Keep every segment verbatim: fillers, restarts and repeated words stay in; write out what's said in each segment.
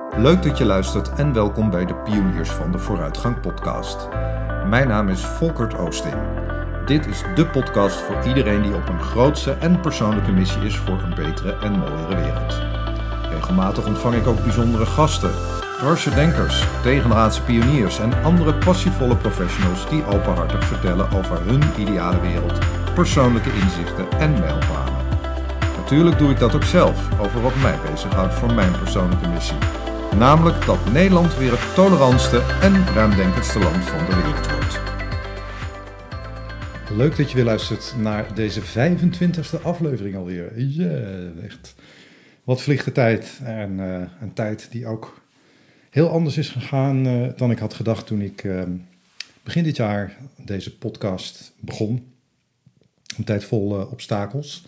Leuk dat je luistert en welkom bij de Pioniers van de Vooruitgang podcast. Mijn naam is Volkert Oosting. Dit is de podcast voor iedereen die op een grootse en persoonlijke missie is voor een betere en mooiere wereld. Regelmatig ontvang ik ook bijzondere gasten, dwarse denkers, tegendraadse pioniers en andere passievolle professionals die openhartig vertellen over hun ideale wereld, persoonlijke inzichten en mijlpalen. Natuurlijk doe ik dat ook zelf, over wat mij bezighoudt voor mijn persoonlijke missie. Namelijk dat Nederland weer het tolerantste en ruimdenkendste land van de wereld wordt. Leuk dat je weer luistert naar deze vijfentwintigste aflevering alweer. Yeah, echt. Wat vliegt de tijd. En uh, een tijd die ook heel anders is gegaan uh, dan ik had gedacht toen ik uh, begin dit jaar deze podcast begon. Een tijd vol uh, obstakels.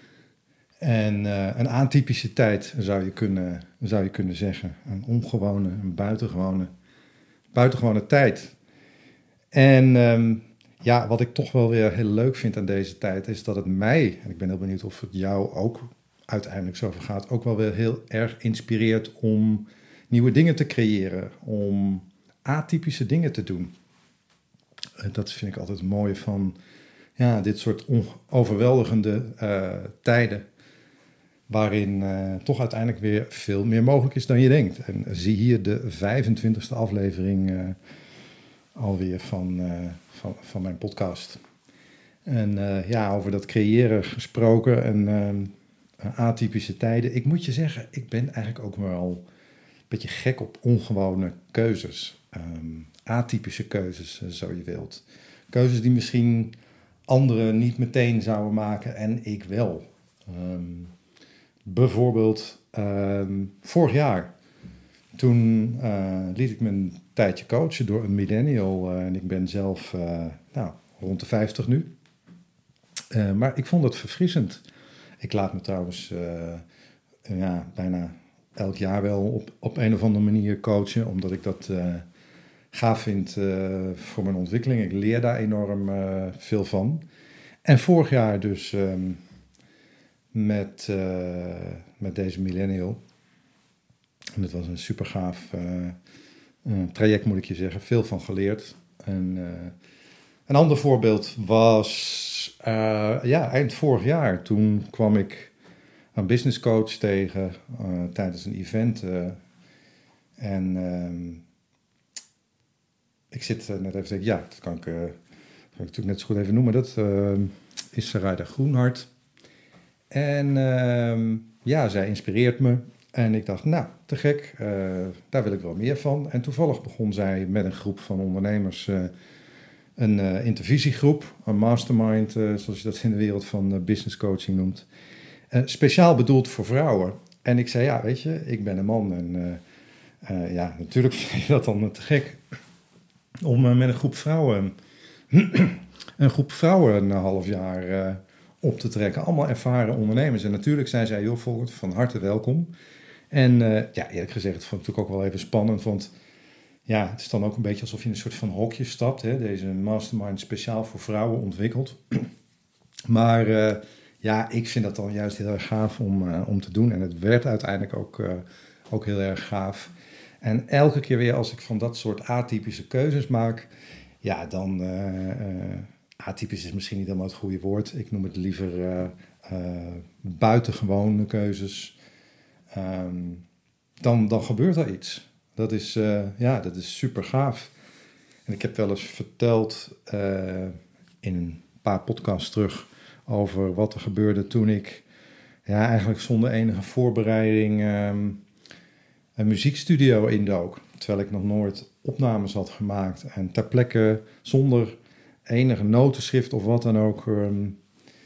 En uh, een atypische tijd zou je, kunnen, zou je kunnen zeggen. Een ongewone, een buitengewone, buitengewone tijd. En um, ja, wat ik toch wel weer heel leuk vind aan deze tijd is dat het mij, en ik ben heel benieuwd of het jou ook uiteindelijk zo vergaat, ook wel weer heel erg inspireert om nieuwe dingen te creëren. Om atypische dingen te doen. En dat vind ik altijd het mooie van ja, dit soort on- overweldigende uh, tijden. Waarin uh, toch uiteindelijk weer veel meer mogelijk is dan je denkt. En zie hier de vijfentwintigste aflevering uh, alweer van, uh, van, van mijn podcast. En uh, ja, over dat creëren gesproken en uh, atypische tijden. Ik moet je zeggen, ik ben eigenlijk ook wel een beetje gek op ongewone keuzes. Um, atypische keuzes, uh, zo je wilt. Keuzes die misschien anderen niet meteen zouden maken en ik wel. Um, Bijvoorbeeld uh, vorig jaar, toen uh, liet ik me een tijdje coachen door een millennial. Uh, en ik ben zelf uh, nou, rond de vijftig nu. Uh, maar ik vond het verfrissend. Ik laat me trouwens uh, ja, bijna elk jaar wel op, op een of andere manier coachen. Omdat ik dat uh, gaaf vind uh, voor mijn ontwikkeling. Ik leer daar enorm uh, veel van. En vorig jaar dus Um, Met, uh, met deze millennial. En het was een super gaaf uh, uh, traject, moet ik je zeggen. Veel van geleerd. En, uh, een ander voorbeeld was uh, ja, eind vorig jaar. Toen kwam ik een business coach tegen uh, tijdens een event. Uh, en uh, ik zit uh, net even te denken, ja, dat kan ik, uh, kan ik natuurlijk net zo goed even noemen. Dat uh, is Sarayda Groenhart. En uh, ja, zij inspireert me. En ik dacht, nou, te gek, uh, daar wil ik wel meer van. En toevallig begon zij met een groep van ondernemers, uh, een uh, intervisiegroep, een mastermind, uh, zoals je dat in de wereld van uh, business coaching noemt. Uh, speciaal bedoeld voor vrouwen. En ik zei, ja, weet je, ik ben een man. En uh, uh, ja, natuurlijk vind je dat dan te gek om uh, met een groep vrouwen, een groep vrouwen een half jaar Uh, op te trekken. Allemaal ervaren ondernemers. En natuurlijk zijn zij, joh, Volkert, van harte welkom. En uh, ja, eerlijk gezegd, het vond ik natuurlijk ook wel even spannend, want ja, het is dan ook een beetje alsof je in een soort van hokje stapt. Hè? Deze mastermind speciaal voor vrouwen ontwikkeld. Maar uh, ja, ik vind dat dan juist heel erg gaaf om, uh, om te doen. En het werd uiteindelijk ook, uh, ook heel erg gaaf. En elke keer weer als ik van dat soort atypische keuzes maak, ja, dan Uh, uh, atypisch is misschien niet helemaal het goede woord. Ik noem het liever uh, uh, buitengewone keuzes. Um, dan, dan gebeurt er iets. Dat is, uh, ja, dat is super gaaf. En ik heb wel eens verteld uh, in een paar podcasts terug over wat er gebeurde toen ik ja, eigenlijk zonder enige voorbereiding um, een muziekstudio indook. Terwijl ik nog nooit opnames had gemaakt. En ter plekke zonder enige notenschrift of wat dan ook um,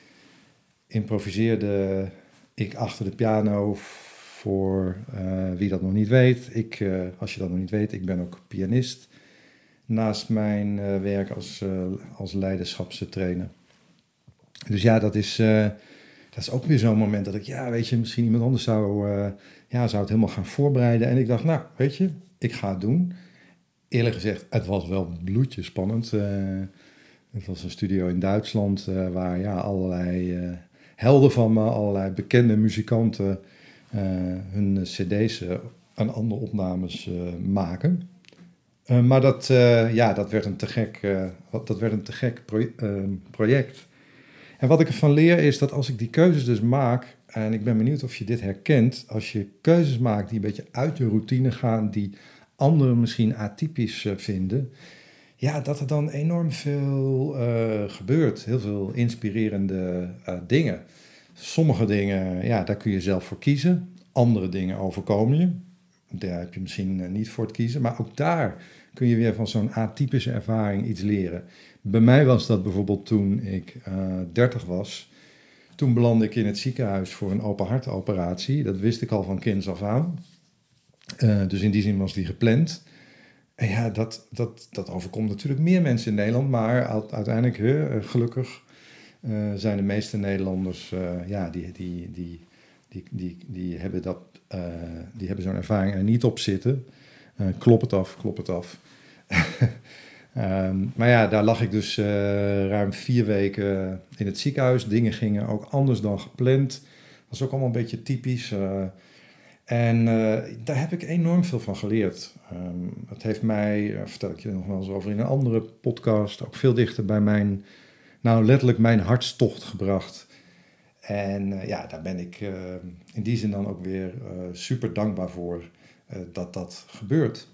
improviseerde ik achter de piano. Voor uh, wie dat nog niet weet. Ik, uh, als je dat nog niet weet, ik ben ook pianist. Naast mijn uh, werk als, uh, als leiderschapstrainer. Dus ja, dat is, uh, dat is ook weer zo'n moment dat ik, ja, weet je, misschien iemand anders zou, uh, ja, zou het helemaal gaan voorbereiden. En ik dacht, nou, weet je, ik ga het doen. Eerlijk gezegd, het was wel bloedje spannend. Uh, het was een studio in Duitsland uh, waar ja, allerlei uh, helden van me, allerlei bekende muzikanten Uh, hun cd's uh, en andere opnames uh, maken. Uh, maar dat, uh, ja, dat werd een te gek, uh, dat werd een te gek pro- uh, project. En wat ik ervan leer is dat als ik die keuzes dus maak, en ik ben benieuwd of je dit herkent, als je keuzes maakt die een beetje uit je routine gaan, die anderen misschien atypisch uh, vinden, ja, dat er dan enorm veel uh, gebeurt. Heel veel inspirerende uh, dingen. Sommige dingen, ja, daar kun je zelf voor kiezen. Andere dingen overkomen je. Daar heb je misschien uh, niet voor het kiezen. Maar ook daar kun je weer van zo'n atypische ervaring iets leren. Bij mij was dat bijvoorbeeld toen ik uh, dertig was. Toen belandde ik in het ziekenhuis voor een open hartoperatie. Dat wist ik al van kinds af aan. Uh, dus in die zin was die gepland. En ja, dat, dat, dat overkomt natuurlijk meer mensen in Nederland. Maar uiteindelijk, uh, gelukkig, uh, zijn de meeste Nederlanders... Uh, ja, die, die, die, die, die, die hebben, dat, uh, die hebben zo'n ervaring er niet op zitten. Uh, klop het af, klop het af. um, maar ja, daar lag ik dus uh, ruim vier weken in het ziekenhuis. Dingen gingen ook anders dan gepland. Dat was ook allemaal een beetje typisch. Uh, en uh, daar heb ik enorm veel van geleerd. Um, het heeft mij, uh, vertel ik je nog wel eens over in een andere podcast, ook veel dichter bij mijn, nou letterlijk mijn hartstocht gebracht. En uh, ja, daar ben ik uh, in die zin dan ook weer uh, super dankbaar voor uh, dat dat gebeurt.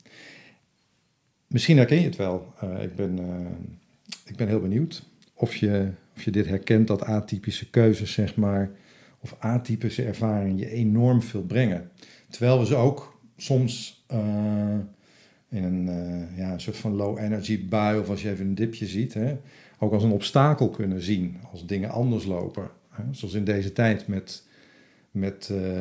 Misschien herken je het wel. Uh, ik, ben, uh, ik ben heel benieuwd of je, of je dit herkent, dat atypische keuzes, zeg maar, of atypische ervaringen je enorm veel brengen. Terwijl we ze ook soms uh, in een, uh, ja, een soort van low energy bui, of als je even een dipje ziet, hè, ook als een obstakel kunnen zien, als dingen anders lopen. Hè. Zoals in deze tijd met, met, uh,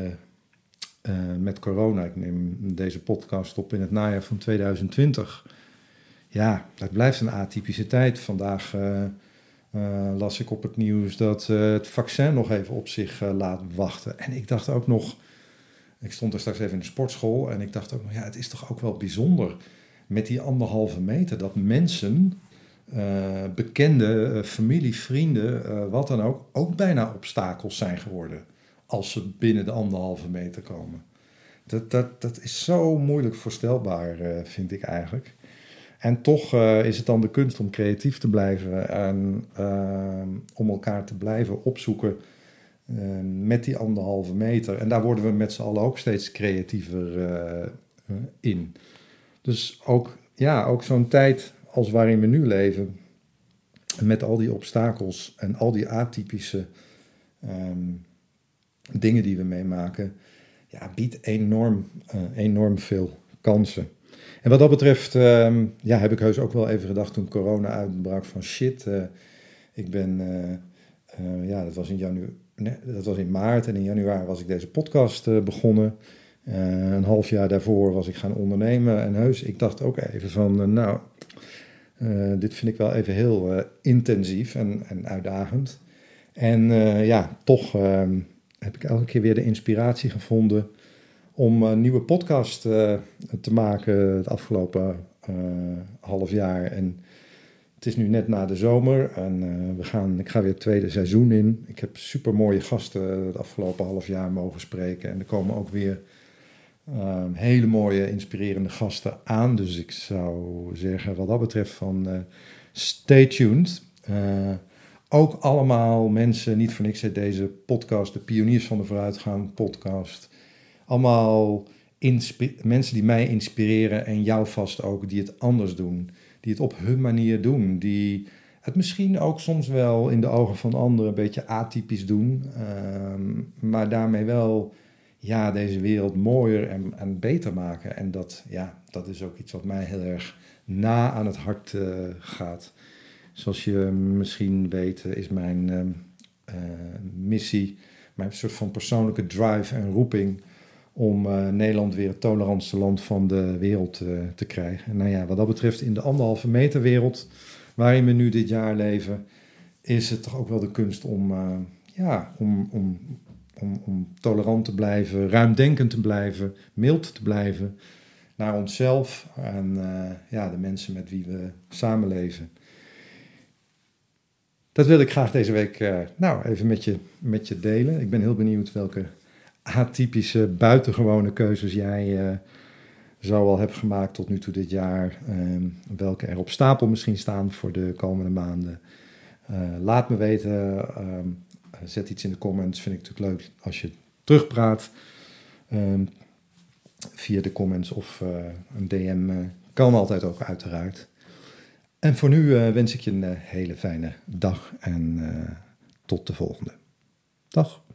uh, met corona. Ik neem deze podcast op in het najaar van tweeduizend twintig. Ja, dat blijft een atypische tijd. Vandaag uh, uh, las ik op het nieuws dat uh, het vaccin nog even op zich uh, laat wachten. En ik dacht ook nog, ik stond er straks even in de sportschool en ik dacht ook nog, ja, het is toch ook wel bijzonder met die anderhalve meter dat mensen, uh, bekende, uh, familie, vrienden, uh, wat dan ook, ook bijna obstakels zijn geworden als ze binnen de anderhalve meter komen. Dat, dat, dat is zo moeilijk voorstelbaar, uh, vind ik eigenlijk. En toch uh, is het dan de kunst om creatief te blijven en uh, om elkaar te blijven opzoeken uh, met die anderhalve meter. En daar worden we met z'n allen ook steeds creatiever uh, uh, in. Dus ook, ja, ook zo'n tijd als waarin we nu leven, met al die obstakels en al die atypische um, dingen die we meemaken, ja, biedt enorm, uh, enorm veel kansen. En wat dat betreft, um, ja, heb ik heus ook wel even gedacht toen corona uitbrak van shit, uh, ik ben, uh, uh, ja, dat was in janu- nee, dat was in maart en in januari was ik deze podcast uh, begonnen. Uh, een half jaar daarvoor was ik gaan ondernemen en heus, ik dacht ook even van, uh, nou, uh, dit vind ik wel even heel uh, intensief en, en uitdagend. En uh, ja, toch uh, heb ik elke keer weer de inspiratie gevonden om een nieuwe podcast uh, te maken het afgelopen uh, half jaar. En het is nu net na de zomer en uh, we gaan, ik ga weer het tweede seizoen in. Ik heb super mooie gasten het afgelopen half jaar mogen spreken. En er komen ook weer uh, hele mooie, inspirerende gasten aan. Dus ik zou zeggen, wat dat betreft van uh, stay tuned. Uh, ook allemaal mensen, niet voor niks heet deze podcast, de Pioniers van de Vooruitgang podcast. Allemaal inspi- mensen die mij inspireren en jou vast ook, die het anders doen. Die het op hun manier doen. Die het misschien ook soms wel in de ogen van anderen een beetje atypisch doen. Um, maar daarmee wel ja, deze wereld mooier en, en beter maken. En dat, ja, dat is ook iets wat mij heel erg na aan het hart uh, gaat. Zoals je misschien weet is mijn uh, uh, missie, mijn soort van persoonlijke drive en roeping om uh, Nederland weer het tolerantste land van de wereld uh, te krijgen. En nou ja, wat dat betreft in de anderhalve meter wereld waarin we nu dit jaar leven, is het toch ook wel de kunst om, uh, ja, om, om, om, om tolerant te blijven, ruimdenkend te blijven, mild te blijven naar onszelf en uh, ja, de mensen met wie we samenleven. Dat wil ik graag deze week uh, nou, even met je, met je delen. Ik ben heel benieuwd welke atypische, buitengewone keuzes jij uh, zo al hebt gemaakt tot nu toe dit jaar. Um, welke er op stapel misschien staan voor de komende maanden. Uh, laat me weten. Um, zet iets in de comments. Vind ik natuurlijk leuk als je terugpraat. Um, via de comments of uh, een D M. Uh, kan altijd ook uiteraard. En voor nu uh, wens ik je een uh, hele fijne dag en uh, tot de volgende. Dag.